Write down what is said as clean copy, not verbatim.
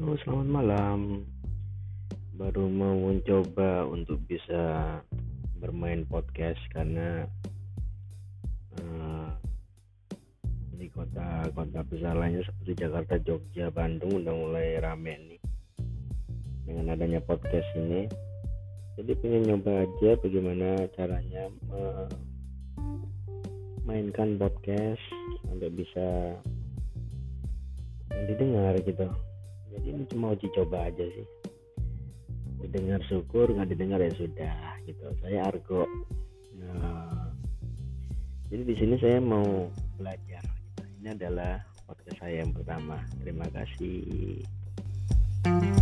Halo, selamat malam. Baru mau mencoba untuk bisa bermain podcast karena eh, di kota-kota besar lainnya seperti Jakarta, Jogja, Bandung udah mulai rame nih dengan adanya podcast ini. Jadi pengen nyoba aja bagaimana caranya mainkan podcast sampai bisa didengar gitu. Jadi ini cuma uji coba aja sih. Didengar syukur, nggak didengar ya sudah gitu. Saya Argo. Nah, jadi di sini saya mau belajar gitu. Ini adalah podcast saya yang pertama. Terima kasih.